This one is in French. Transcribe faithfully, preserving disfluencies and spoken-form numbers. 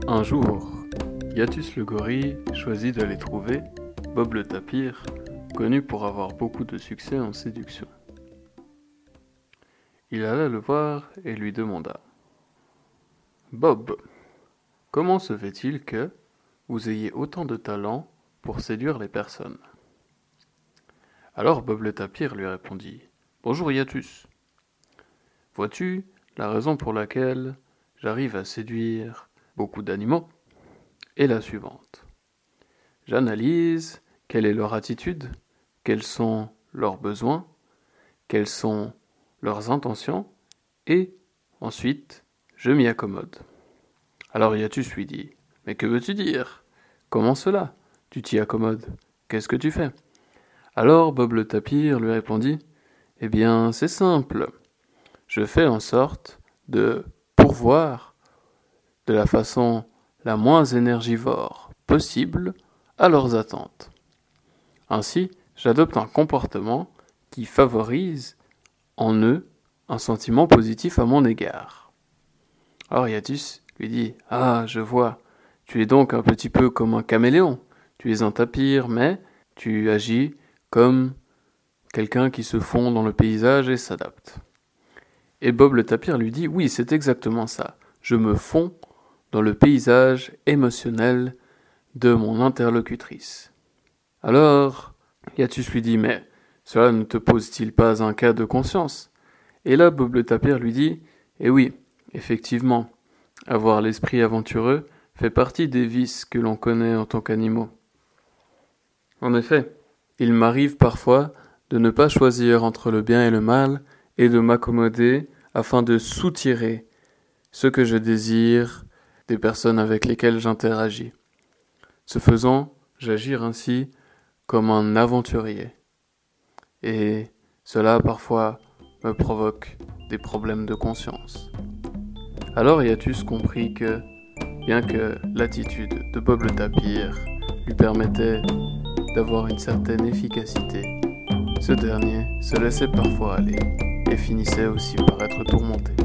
Un jour, Yatus le gorille choisit d'aller trouver Bob le tapir, connu pour avoir beaucoup de succès en séduction. Il alla le voir et lui demanda « Bob, comment se fait-il que vous ayez autant de talent pour séduire les personnes ?» Alors Bob le tapir lui répondit « Bonjour Yatus. Vois-tu, la raison pour laquelle j'arrive à séduire beaucoup d'animaux est la suivante. J'analyse quelle est leur attitude, quels sont leurs besoins, quelles sont leurs intentions, et ensuite je m'y accommode. » Alors Yatus lui dit « Mais que veux-tu dire? Comment cela? Tu t'y accommodes? Qu'est-ce que tu fais ?» Alors Bob le tapir lui répondit « Eh bien, c'est simple. Je fais en sorte de pourvoir de la façon la moins énergivore possible à leurs attentes. Ainsi, j'adopte un comportement qui favorise en eux un sentiment positif à mon égard. » Alors Yatus lui dit « Ah, je vois, tu es donc un petit peu comme un caméléon. Tu es un tapir, mais tu agis comme quelqu'un qui se fond dans le paysage et s'adapte. » Et Bob le tapir lui dit « Oui, c'est exactement ça. Je me fonds dans le paysage émotionnel de mon interlocutrice. » Alors, Yatus lui dit « Mais cela ne te pose-t-il pas un cas de conscience ?» Et là, Bob le tapir lui dit « Eh oui, effectivement, avoir l'esprit aventureux fait partie des vices que l'on connaît en tant qu'animaux. En effet, il m'arrive parfois de ne pas choisir entre le bien et le mal et de m'accommoder afin de soutirer ce que je désire des personnes avec lesquelles j'interagis. Ce faisant, j'agis ainsi comme un aventurier. Et cela parfois me provoque des problèmes de conscience. » Alors Yatus comprit que, bien que l'attitude de Bob le tapir lui permettait d'avoir une certaine efficacité, ce dernier se laissait parfois aller et finissait aussi par être tourmenté.